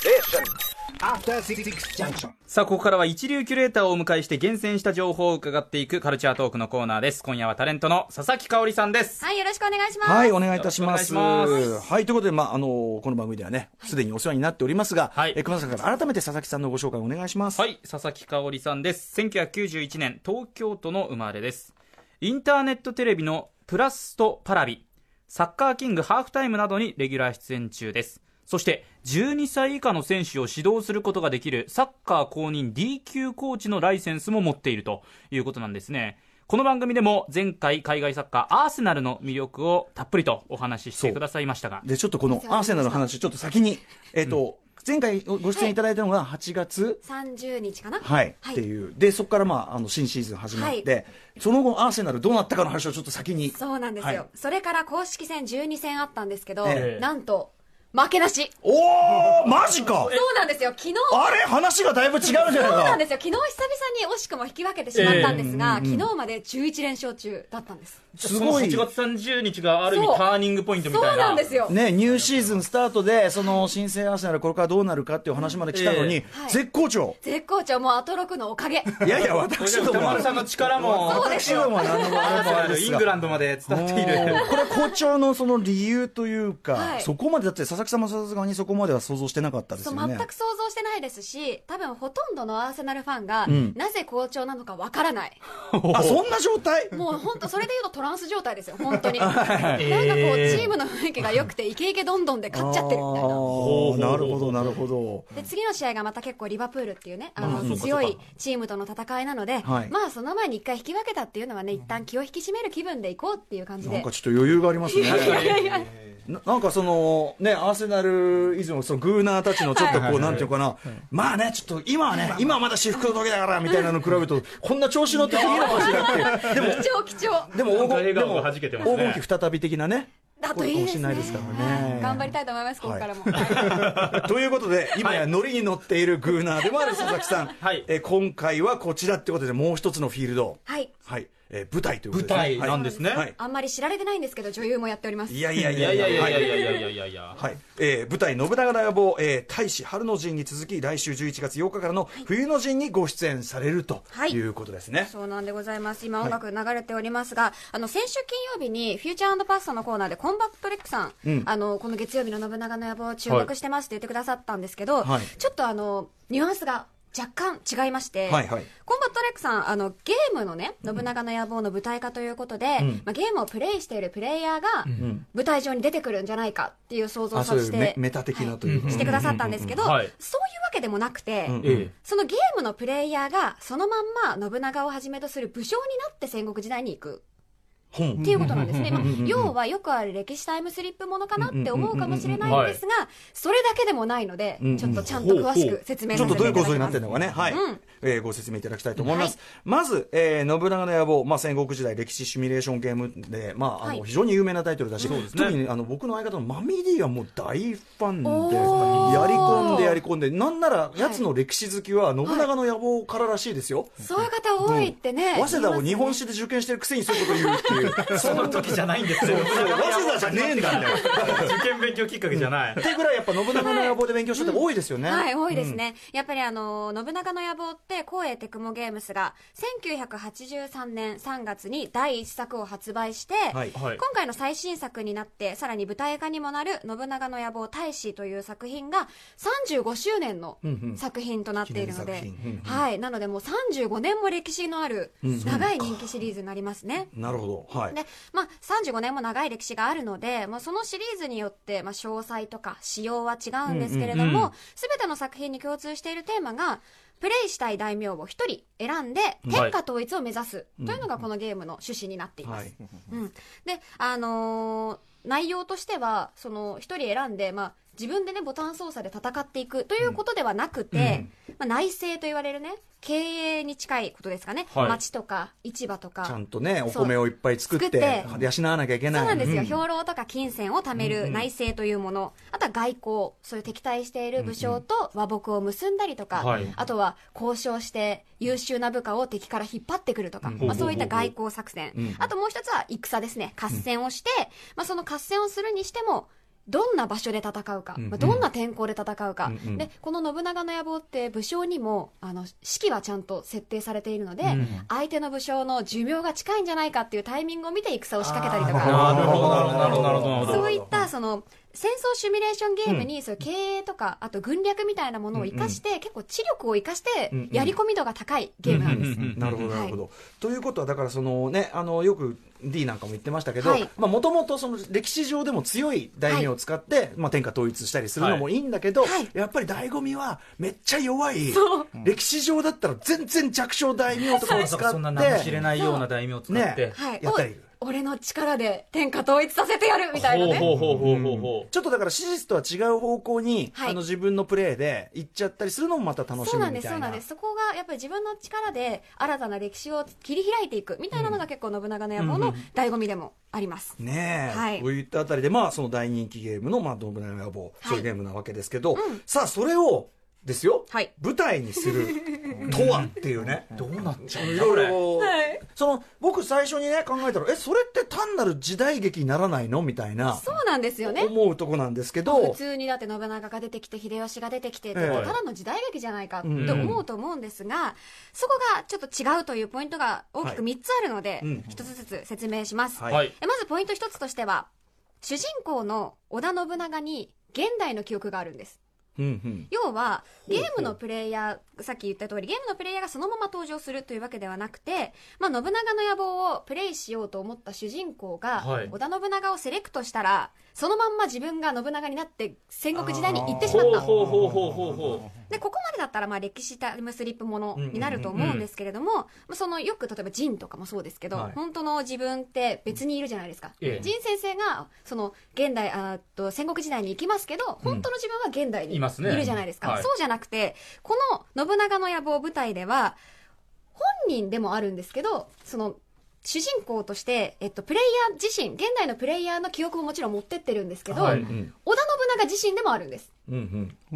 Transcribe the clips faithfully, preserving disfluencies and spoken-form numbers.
さあここからは一流キュレーターをお迎えして厳選した情報を伺っていくカルチャートークのコーナーです。今夜はタレントの佐々木香織さんです。 はい、よろしくお願いします。 はい、お願いいたします。 よろしくお願いします。 はい、ということで、まあ、あのこの番組ではねすでにお世話になっておりますが、はい、え熊崎さんから改めて佐々木さんのご紹介をお願いします。 はい、佐々木香織さんです。せんきゅうひゃくきゅうじゅういちねん東京都の生まれです。インターネットテレビのプラスとパラビ、サッカーキングハーフタイムなどにレギュラー出演中です。そしてじゅうにさい以下の選手を指導することができるサッカー公認 ディー 級コーチのライセンスも持っているということなんですね。この番組でも前回海外サッカーアーセナルの魅力をたっぷりとお話ししてくださいましたが、 でちょっとこのアーセナルの話ちょっと先に、えーとうん前回ご出演いただいたのがはちがつさんじゅうにちかな、 はい、はい、っていうでそこから、まあ、あの新シーズン始まって、はい、その後アーセナルどうなったかの話をちょっと先に。 そうなんですよ、はい、それから公式戦じゅうにせんあったんですけど、 ええ、 なんと負けなし。 おーマジか。 そうなんですよ。昨日あれ話がだいぶ違うじゃないか。 そうなんですよ。昨日久々に惜しくも引き分けてしまったんですが、えー、昨日までじゅういちれんしょう中だったんです。 すごい。はちがつさんじゅうにちがある意味ターニングポイントみたいな。 そうなんですよ、 ね、ニューシーズンスタートでその新生アーセナルこれからどうなるかっていう話まで来たのに、えーはい、絶好調絶好調。もうアトロクのおかげ。 いやいや私どもはさんの力も私どもは何のあれですイングランドまで伝わっている。 これ好調のその理由というか、 はい、 そこまでだって佐々木さんもさすがにそこまでは想像してなかったですよね。 そう全く想像してないですし、多分ほとんどのアーセナルファンが、うん、なぜ好調なのかわからない。 あ、そんな状態。 もう本当それでいうとトランス状態ですよ本当に。なんかこうチームの雰囲気が良くてイケイケどんどんで勝っちゃってるみたいな。 なるほどなるほど。 で次の試合がまた結構リバプールっていうね、あの、うん、強いチームとの戦いなので、はい、まあその前に一回引き分けたっていうのはね、一旦気を引き締める気分でいこうっていう感じで。 なんかちょっと余裕がありますね。 いやいやいやな, なんかそのねアーセナル以上のそのグーナーたちのちょっとこう、はい、なんていうかな、はい、まあねちょっと今はね今はまだ至福の時だからみたいなの比べるとこんな調子乗っていいのかしらって。でも貴重貴重。 でも黄金笑顔が弾けてますね。 黄金期再び的なね。 だといいですね。 ですからね、 頑張りたいと思います、ここからも。 はい、ということで今やノリに乗っているグーナーでもある佐々木さん、はい、え今回はこちらってことでもう一つのフィールド、 はいはい、えー、舞台ということで、ね、舞台なんですね、 はい、あんまり知られてないんですけど女優もやっております。 いやいやいやいやいやいやいやいやいやいやいや、はい、えー、舞台信長の野望、えー、大使春の陣に続き来週じゅういちがつようかからの冬の陣にご出演されるということですね、 はい、そうなんでございます。今音楽流れておりますが、はい、あの先週金曜日にフューチャー&パストのコーナーでコンバットレックさん、うん、あのこの月曜日の信長の野望注目してますって言ってくださったんですけど、はい、ちょっとあのニュアンスが若干違いまして、はいはい、コンバットレックさんあのゲームのね信長の野望の舞台化ということで、うん、まあ、ゲームをプレイしているプレイヤーが舞台上に出てくるんじゃないかっていう想像をさせて、 メ, メタ的なという、 はい、してくださったんですけど、うんうんうん、そういうわけでもなくて、うんうん、そのゲームのプレイヤーがそのまんま信長をはじめとする武将になって戦国時代に行くっていうことなんですね、まあ、要はよくある歴史タイムスリップものかなって思うかもしれないんですが、それだけでもないのでちょっとちゃんと詳しく説明させていただきます。 ちょっとどういう構造になってるのかね、はい、うん、えー、ご説明いただきたいと思います、はい、まず、えー、信長の野望、まあ、戦国時代歴史シミュレーションゲームで、まあ、あの非常に有名なタイトルだし、はい、特にあの僕の相方のマミディがもう大ファンでやり込んでやり込んで、なんならやつの歴史好きは信長の野望かららしいですよ、はい、 そういう方多いってね、 うん、早稲田を日本史で受験してるくせにそういうこと言うっていうその時じゃないんですよ。 早稲田じゃねえんだよ受験勉強きっかけじゃない、 うん、ってぐらいやっぱ信長の野望で勉強したって多いですよね、 うん、はい、多いですね、うん、やっぱりあの信長の野望って光栄テクモゲームスがせんきゅうひゃくはちじゅうさんねんさんがつにだいいっさくを発売して、はい、今回の最新作になってさらに舞台化にもなる信長の野望大使という作品がさんじゅうごしゅうねんの作品となっているので、うんうん、はい、なのでもうさんじゅうごねんも歴史のある長い人気シリーズになりますね、 うん、なるほど、はい、 でまあ、さんじゅうごねんも長い歴史があるので、まあ、そのシリーズによって、まあ、詳細とか仕様は違うんですけれども、うんうんうん、全ての作品に共通しているテーマがプレイしたい大名をひとり選んで天下統一を目指すというのがこのゲームの趣旨になっています、はい、うん、で、あのー、内容としてはそのひとり選んで、まあ、自分でねボタン操作で戦っていくということではなくて、うん、まあ、内政と言われるね経営に近いことですかね、はい、町とか市場とかちゃんとねお米をいっぱい作って養わなきゃいけない。 そうなんですよ、うん、兵糧とか金銭を貯める内政というもの、うんうん、あとは外交、そういう敵対している武将と和睦を結んだりとか、うんうん、あとは交渉して優秀な部下を敵から引っ張ってくるとか、うん、まあ、そういった外交作戦、うん、あともう一つは戦ですね、合戦をして、うん、まあ、その合戦をするにしてもどんな場所で戦うか、 うんうんまあ、どんな天候で戦うか、 うんうん、 でこの信長の野望って武将にもあの士気はちゃんと設定されているので、うん、相手の武将の寿命が近いんじゃないかっていうタイミングを見て戦を仕掛けたりとか、 なるほどなるほどなるほど、 そういったその戦争シミュレーションゲームに、そういう経営とかあと軍略みたいなものを生かして、うんうん、結構知力を生かしてやり込み度が高いゲームなんです。 なるほどなるほど、はい、ということはだからそのね、あのよく D なんかも言ってましたけど、もともと歴史上でも強い大名を使って、はい、まあ、天下統一したりするのもいいんだけど、はい、やっぱり醍醐味はめっちゃ弱い、歴史上だったら全然弱小大名とかを使って、 そんな名も知れないような大名を使って、 ね、やったり、 俺の力で天下統一させてやるみたいなね。 ほうほうほうほうほう、 ちょっとだから史実とは違う方向に、はい、あの自分のプレーで行っちゃったりするのもまた楽しみみたいな。そうなんです、そうなんです。 そこがやっぱり自分の力で新たな歴史を切り開いていくみたいなのが結構信長の野望の醍醐味でもあります。 うんうん、ねえ、 はい、 こういったあたりで、まあ、その大人気ゲームの、まあ、信長の野望、そういうゲームなわけですけど、はい、うん、さあそれをですよ、はい、舞台にするとはっていうねどうなっちゃうんだいろいろ、はい、その僕最初にね考えたら、えそれって単なる時代劇にならないのみたいな、 そうなんですよね、 思うとこなんですけど、 普通にだって信長が出てきて秀吉が出てきてって、えー、ただの時代劇じゃないかって思うと思うんですが、うん、そこがちょっと違うというポイントが大きくみっつあるので、はい、ひとつずつ説明します、はい、まずポイントひとつとしては、主人公の織田信長に現代の記憶があるんです。うんうん、要はゲームのプレイヤー、さっき言った通りゲームのプレイヤーがそのまま登場するというわけではなくて、まあ、信長の野望をプレイしようと思った主人公が、はい、織田信長をセレクトしたらそのまんま自分が信長になって戦国時代に行ってしまった。 ほうほうほうほうほう。 でここまでだったらまあ歴史タイムスリップものになると思うんですけれども、うんうんうん、そのよく例えばジンとかもそうですけど、はい、本当の自分って別にいるじゃないですか、ええ、ジン先生がその現代あと戦国時代に行きますけど、本当の自分は現代にいるじゃないですか、うんいますね、はい、そうじゃなくてこの信長の野望舞台では本人でもあるんですけど、その主人公として、えっと、プレイヤー自身現代のプレイヤーの記憶ももちろん持ってってるんですけど、はいうん、織田信長自身でもあるんです、うんうん、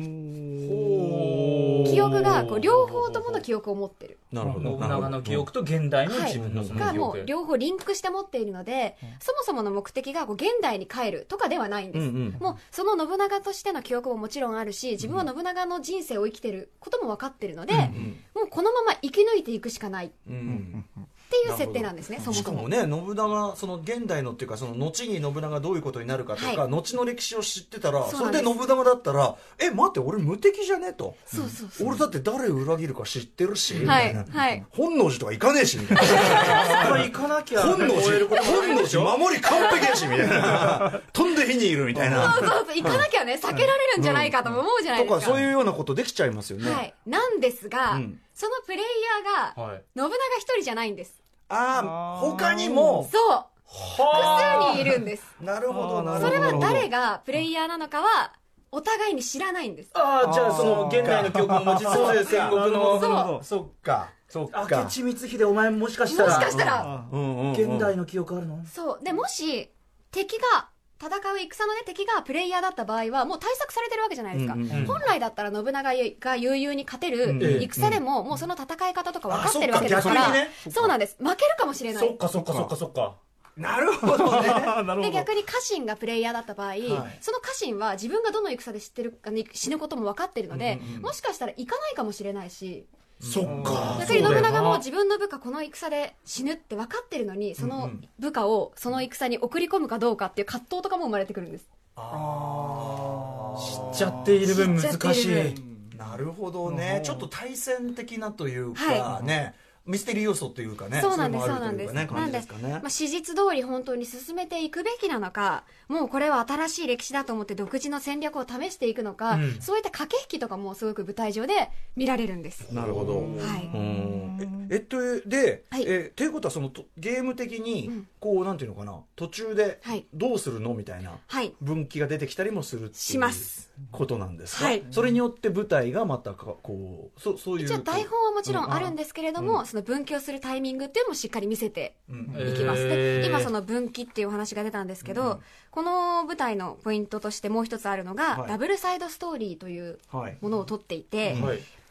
記憶がこう両方ともの記憶を持ってる。 なるほど、信長の記憶と現代の自分のその記憶、 はい、がもう両方リンクして持っているので、うん、そもそもの目的がこう現代に帰るとかではないんです、うんうん、もうその信長としての記憶ももちろんあるし、自分は信長の人生を生きてることも分かってるので、うんうん、もうこのまま生き抜いていくしかない、うんうんっていう設定なんですね。そもそもしかもね、信長その現代のっていうかその後に信長どういうことになるかとか、はい、後の歴史を知ってたら そ, それで信長だったらえ待って俺無敵じゃねと、 そうそうそう、 俺だって誰を裏切るか知ってるし、 はい、 みたいな、 はい、 本能寺とか行かねえしみたいな行かなきゃ本能寺本能寺守り完璧やしみたいな飛んで火にいるみたいなそうそうそう行かなきゃね避けられるんじゃないかとも思うじゃないですか、 とかそういうようなことできちゃいますよね、 はい、なんですが、うん、そのプレイヤーが信長一人じゃないんです。 ああ他にもそう複数にいるんです。 なるほどなるほど。 それは誰がプレイヤーなのかはお互いに知らないんです。 ああじゃあその現代の記憶も持ちつつ戦国のそうそっかそっか明智光秀お前もしかしたらもしかしたら、 うんうんうん、現代の記憶あるの。 そうでもし敵が戦う戦の、ね、敵がプレイヤーだった場合はもう対策されてるわけじゃないですか、うんうんうん、本来だったら信長が悠々に勝てる戦でも、うんうん、もうその戦い方とか分かってるわけですから、ね、そうなんです、負けるかもしれない。 そっかそっかそっかそっかなるほどねで逆に家臣がプレイヤーだった場合、はい、その家臣は自分がどの戦で知ってるか死ぬことも分かってるので、うんうん、もしかしたら行かないかもしれないし、 そっか逆に信長も自分の部下この戦で死ぬって分かってるのにその部下をその戦に送り込むかどうかっていう葛藤とかも生まれてくるんです。 あ知っちゃっている分難しい。 なるほどね、ちょっと対戦的なというか、はい、ねミステリー要素というかね、 そうなんです、そうなんです。 なんで、まあ、史実通り本当に進めていくべきなのか、もうこれは新しい歴史だと思って独自の戦略を試していくのか、うん、そういった駆け引きとかもすごく舞台上で見られるんです。 なるほど。 はい。 うんええっとで、はい、えということはそのゲーム的に、うん、こうなんていうのかな、途中でどうするのみたいな分岐が出てきたりもするっていうことなんですか。はい、それによって舞台がまたかこうそそういう一応台本はもちろんあるんですけれども、うん、その分岐をするタイミングっていうのもしっかり見せていきます、うん、で今その分岐っていうお話が出たんですけど、うん、この舞台のポイントとしてもう一つあるのが、はい、ダブルサイドストーリーというものを取っていて、はい、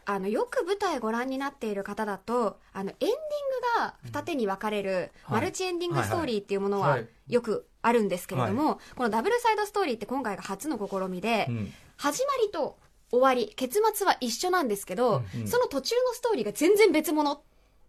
あのよく舞台ご覧になっている方だとあのエンディングが二手に分かれるマルチエンディングストーリーっていうものはよくあるんですけれども、はい、このダブルサイドストーリーって今回が初の試みで、うん、始まりと終わり結末は一緒なんですけど、うんうん、その途中のストーリーが全然別物。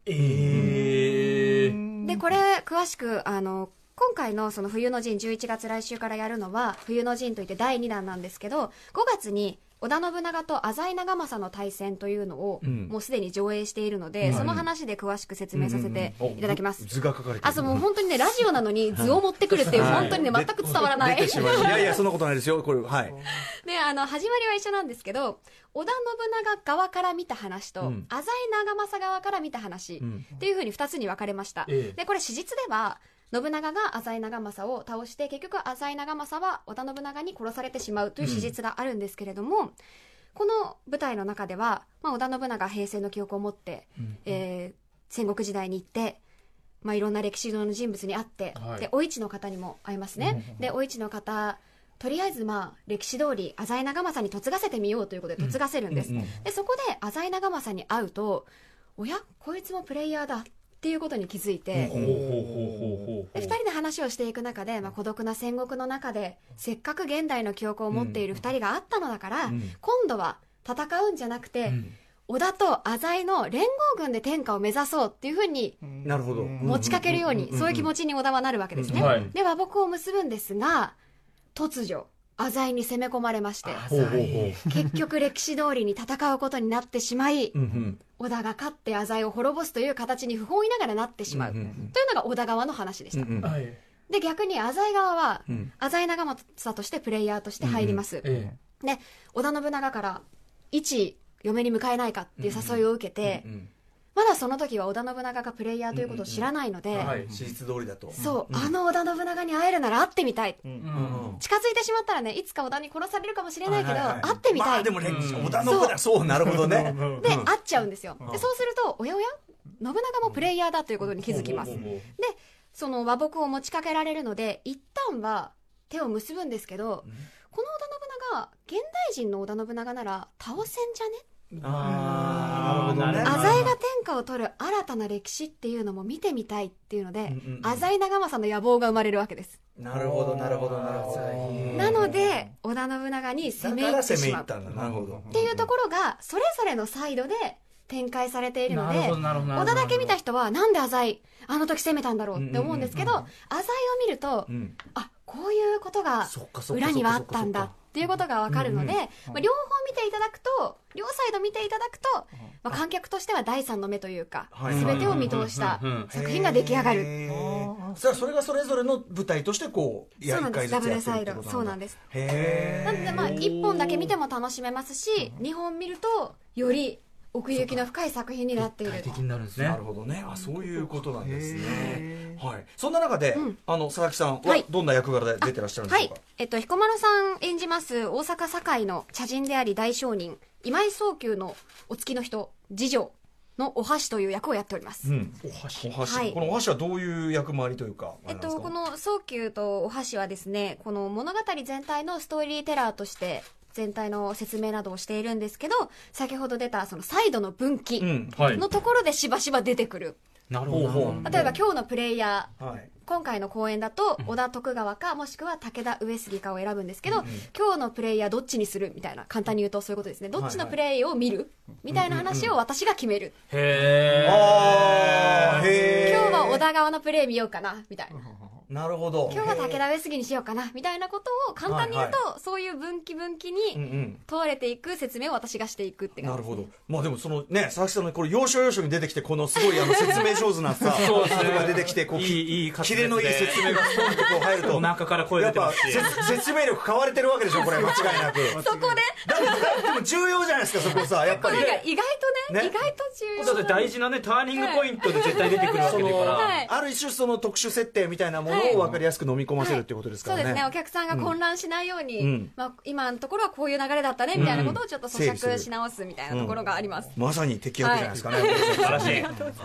えー、でこれ詳しくあの今回のその冬の陣じゅういちがつ来週からやるのは冬の陣といってだいにだんなんですけど、ごがつに織田信長と浅井長政の対戦というのをもうすでに上映しているので、うん、その話で詳しく説明させていただきます。 図が書かれてる。 あ、そうもう本当にねラジオなのに図を持ってくるっていう、はい、本当にね全く伝わらない。 出てしまいいやいやそんなことないですよこれ、はい。 であの始まりは一緒なんですけど、織田信長側から見た話と、うん、浅井長政側から見た話、うん、っていうふうにふたつに分かれました。ええ、でこれ史実では信長が浅井長政を倒して結局浅井長政は織田信長に殺されてしまうという史実があるんですけれども、うん、この舞台の中では、まあ、織田信長は平成の記憶を持って、うんえー、戦国時代に行って、まあ、いろんな歴史上の人物に会って、はい、でお市の方にも会いますね、うん、でお市の方とりあえずまあ歴史通り浅井長政に嫁がせてみようということで嫁がせるんです、うんうんうん、でそこで浅井長政に会うとおやこいつもプレイヤーだっていうことに気づいて、うん、でふたりで話をしていく中で、まあ、孤独な戦国の中でせっかく現代の記憶を持っているふたりがあったのだから、うん、今度は戦うんじゃなくて、うん、織田と浅井の連合軍で天下を目指そうっていうふうに持ちかけるように、そういう気持ちに織田はなるわけですね、うんはい、で和睦を結ぶんですが突如浅井に攻め込まれまして結局歴史通りに戦うことになってしまい、うんうん、織田が勝って浅井を滅ぼすという形に不本意ながらなってしまう、うんうんうん、というのが織田側の話でした、うんうん、で逆に浅井側は、うん、浅井長政としてプレイヤーとして入ります、うんうんええ、で織田信長から一嫁に迎えないかっていう誘いを受けて、うんうんうん、まだその時は織田信長がプレイヤーということを知らないので、うんうんうんはい、 史実通りだとそう、うん、あの織田信長に会えるなら会ってみたい、うんうん、近づいてしまったらねいつか織田に殺されるかもしれないけど、はいはいはい、会ってみたい、まあ、 でもね、うん、織田信長そうなるほどねで会っちゃうんですよ。でそうするとおやおや信長もプレイヤーだということに気づきます。でその和睦を持ちかけられるので一旦は手を結ぶんですけど、うん、この織田信長現代人の織田信長なら倒せんじゃねあなるほどね。浅井が天下を取る新たな歴史っていうのも見てみたいっていうので、うんうんうん、浅井長政の野望が生まれるわけです。 なるほどなるほどなるほど。 なので織田信長に攻め入ってしまうっていうところがそれぞれのサイドで展開されているので、織田だけ見た人はなんで浅井あの時攻めたんだろうって思うんですけど、うんうんうん、浅井を見ると、うん、あこういうことが裏にはあったんだっていうことが分かるので、うんうんまあ、両方見ていただくと両サイド見ていただくと、まあ、観客としては第三の目というか全てを見通した作品が出来上がる。 それはそれがそれぞれの舞台としてこうそうなんです。ダブルサイドそうなんです。へなのでまあいっぽんだけ見ても楽しめますしにほん見るとより奥行きの深い作品になっている。 立体的になるんですね。 なるほどね。あ、そういうことなんですね。はい。そんな中で、うん、あの佐々木さんはどんな役柄で出てらっしゃるんでしょうか。はい。 えっと彦摩呂さん演じます大阪堺の茶人であり大商人今井宗久のお付きの人次女のお箸という役をやっております。うん、 お箸。お箸。はい。このお箸はどういう役回りというか。 えっとこの宗久とお箸はですね、この物語全体のストーリーテラーとして。全体の説明などをしているんですけど先ほど出たそのサイドの分岐のところでしばしば出てくる、 うんはい、なるほど。 例えば今日のプレイヤー、はい、今回の公演だと織田徳川かもしくは武田上杉かを選ぶんですけど、うんうん、今日のプレイヤーどっちにするみたいな簡単に言うとそういうことですね。どっちのプレイを見る、はいはい、みたいな話を私が決める、うんうんうん、 へー今日は織田側のプレイ見ようかなみたいな。 なるほど。 今日は武田上杉にしようかなみたいなことを簡単に言うと、はいはい、そういう分岐分岐に問われていく説明を私がしていくって感じです、ね、なるほど。 まあでもそのね佐々木さんのこれ要所要所に出てきてこのすごいあの説明上手なさそうです、ね、 が出てきてこういいいいキレのいい説明がスポンとこう入るとお腹から声出てますしやっぱ説明力買われてるわけでしょこれ間違いなくそこでだでも重要じゃないですかそこさやっぱり、 ね、意外とね、ね、意外と重要だって大事なねターニングポイントで絶対出てくるわけだから、 はい、ある一種その特殊設定みたいなものを分かりやすく飲み込ませるっていうことですからね、 はい、そうですね。お客さんが混乱しないように、うんまあ、今のところはこういう流れだったねみたいなことをちょっと咀嚼し直すみたいなところがあります、 うん、まさに適役じゃないですかね、はい、素晴らしい、はい、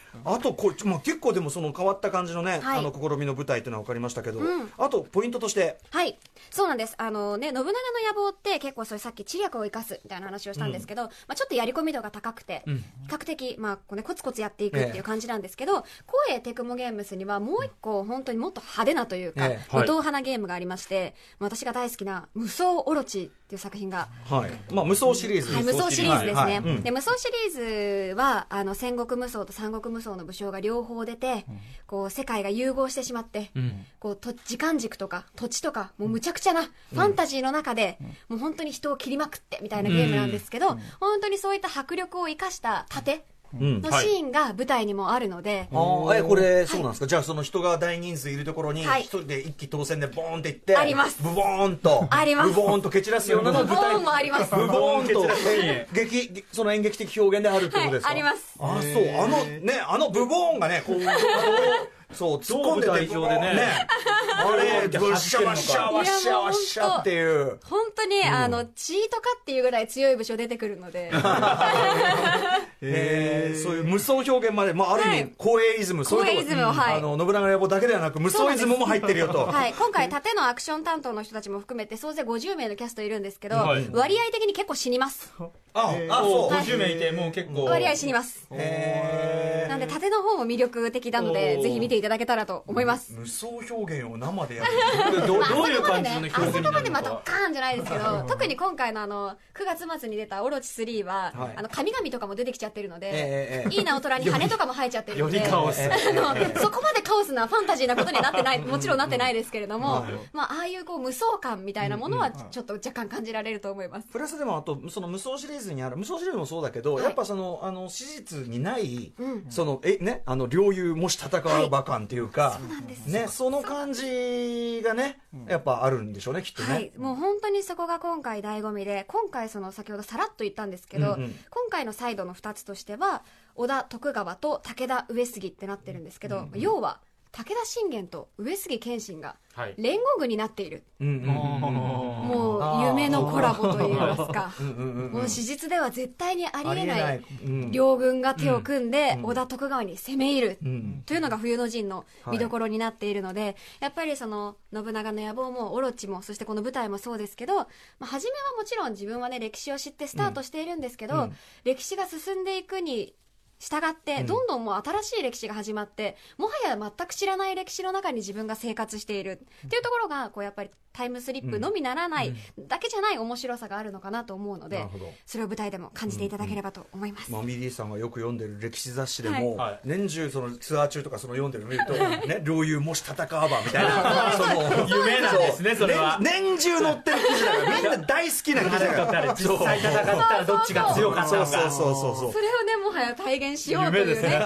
あとこれ、まあ、結構でもその変わった感じのね、 はい、 あの試みの舞台というのは分かりましたけど、 うん、 あとポイントとしてはいそうなんです。あのね、信長の野望って結構それさっき知略を生かすみたいな話をしたんですけど、うん、まあ、ちょっとやり込み度が高くて、うん、比較的、まあこうね、コツコツやっていくっていう感じなんですけど、ええ、光栄テクモゲームスにはもう一個本当にもっと派手なというか、ええ、武闘派なゲームがありまして、私が大好きな無双オロチっていう作品が、 はい、まあ、無双シリーズ、 はい、無双シリーズですね、はいはい、 うん、 で無双シリーズはあの戦国無双と三国無双の武将が両方出て、うん、こう世界が融合してしまって、うん、こうと時間軸とか土地とかもうむちゃくちゃなファンタジーの中で、うん、もう本当に人を切りまくってみたいなゲームなんですけど、うん、本当にそういった迫力を生かした盾のシーンが舞台にもあるので、 うんはい、あえこれそうなんですか、はい、じゃあその人が大人数いるところに一人で一気当選でボーンっていって、 あります、 ブボーンとありますブボーンと蹴散らすようなのブボーンもあります、 ブボーンと劇その演劇的表現であるってことですか、 はい、あります。 あそうあのねあのブボーンがねこうそう突っ込んでて舞台上でね、 ねあれブッシャワッシャワッシャワッシャっていう本当に、うん、あのチートかっていうぐらい強い武将出てくるのでえー、そういう無双表現まで、まあ、ある意味光栄イズム、 光栄イズムを、はい、 あの信長の野望だけではなく無双イズムも入ってるよと、 はい、今回盾のアクション担当の人たちも含めて総勢ごじゅうめいのキャストいるんですけど、はい、割合的に結構死にます。 ああそう、 ごじゅうめいいてもう結構割合死にます。へなんで盾の方も魅力的なのでぜひ見ていただけたらと思います。 無双表現を生でやるど, どういう感じの表現になるのか、 あそこまでまたドッカーンじゃないですけど特に今回のあのくがつ末に出たオロチスリーは、はい、あの神々とかも出てきちゃってるので、えー、いいなおとらに羽とかも生えちゃってるのでよりカオスあのそこまでカオスなファンタジーなことにはなってないもちろんなってないですけれども、はい、まあ、ああいうこう無双感みたいなものはちょっと若干感じられると思います。 プラスでもあとその無双シリーズにある無双シリーズもそうだけど、はい、やっぱそのあの史実にない、うん、そのえねあの両雄もし戦う場感っていうか、はい、 そうなんですねその感じがねやっぱあるんでしょうねきっとね、 はい、もう本当にそこが今回醍醐味で、今回その先ほどさらっと言ったんですけど、うんうん、今回のサイドのふたつとしては織田徳川と武田上杉ってなってるんですけど、うんうん、要は武田信玄と上杉謙信が連合軍になっている、はい、もう夢のコラボといいますかもう史実では絶対にありえない両軍が手を組んで織田徳川に攻め入るというのが冬の陣の見どころになっているので、はい、やっぱりその信長の野望もオロチもそしてこの舞台もそうですけど、まあ、初めはもちろん自分はね歴史を知ってスタートしているんですけど、うん、歴史が進んでいくにしたがってどんどんもう新しい歴史が始まって、もはや全く知らない歴史の中に自分が生活しているっていうところがこうやっぱりタイムスリップのみならないだけじゃない面白さがあるのかなと思うので、それを舞台でも感じていただければと思います。 マミリーさんがよく読んでる歴史雑誌でも、はい、年中そのツアー中とかその読んでるの見るとね両雄もし戦わばみたいなその夢なんですねそれは、 ね、年中載ってる記事だからみんな大好きな記事だから実際戦ったらどっちが強かったのか、 そうそうそうそうそれをねもはや体現しようというね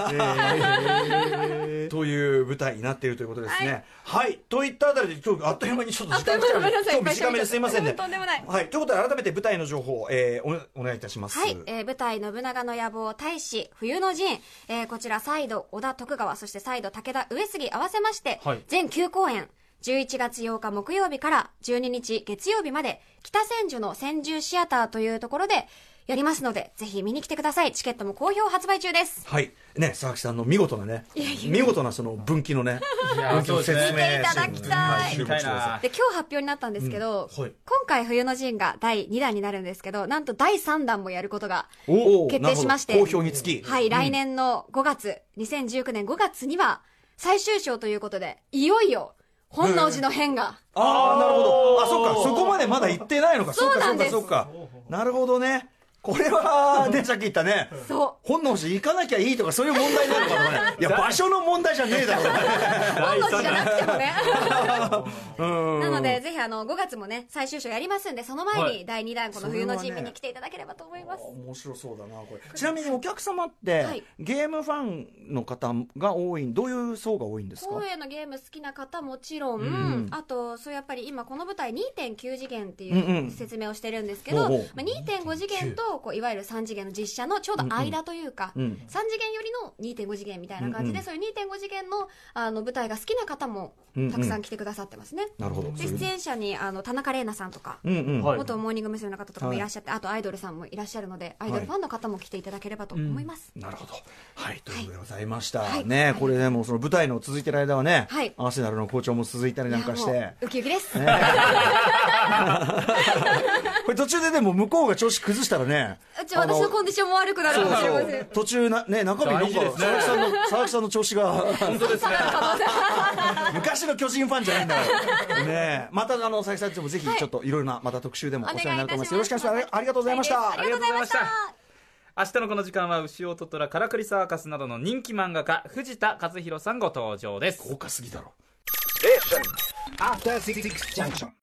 という舞台になっているということですね。はい、はい、といったあたりで今日あっという間にちょっと時間が来ちゃうので今日短めですいませんね。 とんでもない。 はい、ということで改めて舞台の情報、えー、お, お願いいたします。 はい、えー、舞台信長の野望大使冬の陣、えー、こちら再度織田徳川そして再度武田上杉合わせまして、はい、全きゅうこうえんじゅういちがつようか木曜日からじゅうににち月曜日まで北千住の千住シアターというところでやりますのでぜひ見に来てください。チケットも好評発売中です。 はいね、佐々木さんの見事なねいやいや見事なその分岐のね分岐の説明見ていただきたい、はい、で今日発表になったんですけど、うんはい、今回冬の陣がだいにだんになるんですけどなんとだいさんだんもやることが決定しまして好評につき、 はい、うん、来年のごがつにせんじゅうきゅうねんごがつには最終章ということでいよいよ本能寺の変が、 えー、ああなるほど、あそっかそこまでまだ行ってないのか、 そうなんです、 そうかそうかそうか、なるほどね。これはねさっき言ったねそう本能寺行かなきゃいいとかそういう問題なのかとかねいや場所の問題じゃねえだろ本能寺じゃなくてもねうんなのでぜひあのごがつもね最終章やりますんでその前にだいにだんこの冬の陣見に来ていただければと思います、 ね、面白そうだなこれ。ちなみにお客様って、はい、ゲームファンの方が多いどういう層が多いんですか。 東映のゲーム好きな方もちろん、うん、あとそうやっぱり今この舞台 にてんきゅう 次元っていう説明をしてるんですけど、うんうん、まあ、にてんご 次元ととこういわゆるさん次元の実写のちょうど間というか、 うんうん、 さん次元よりの にてんご 次元みたいな感じで、うんうん、そういう にてんご 次元の、あの舞台が好きな方もたくさん来てくださってますね、 うんうん、なるほど。 で出演者にあの田中玲奈さんとか、 うんうん、 元モーニング娘。の方とかもいらっしゃって、はい、あとアイドルさんもいらっしゃるので、アイドルファンの方も来ていただければと思います、 うん、なるほど。はい、ということでございました、 はい、 ね、これねもうその舞台の続いてる間はね、はい、アーセナルの好調も続いたりなんかしてウキウキです、ね、 これ途中ででも向こうが調子崩したらね、 私のコンディションも悪くなるかもしれません。 途中な、ね、中身なんか佐々木さんの佐々木さんの調子が本当ですね昔の巨人ファンじゃないんだからね。またあの佐々木さんともぜひちょっといろいろなまた特集でもお世話になると思います。よろしくお願いします。ありがとうございました。 ありがとうございました。 明日のこの時間は牛尾トトラ、からくりサーカスなどの人気漫画家藤田和弘さんご登場です。 豪華すぎだろ。 After Six Junction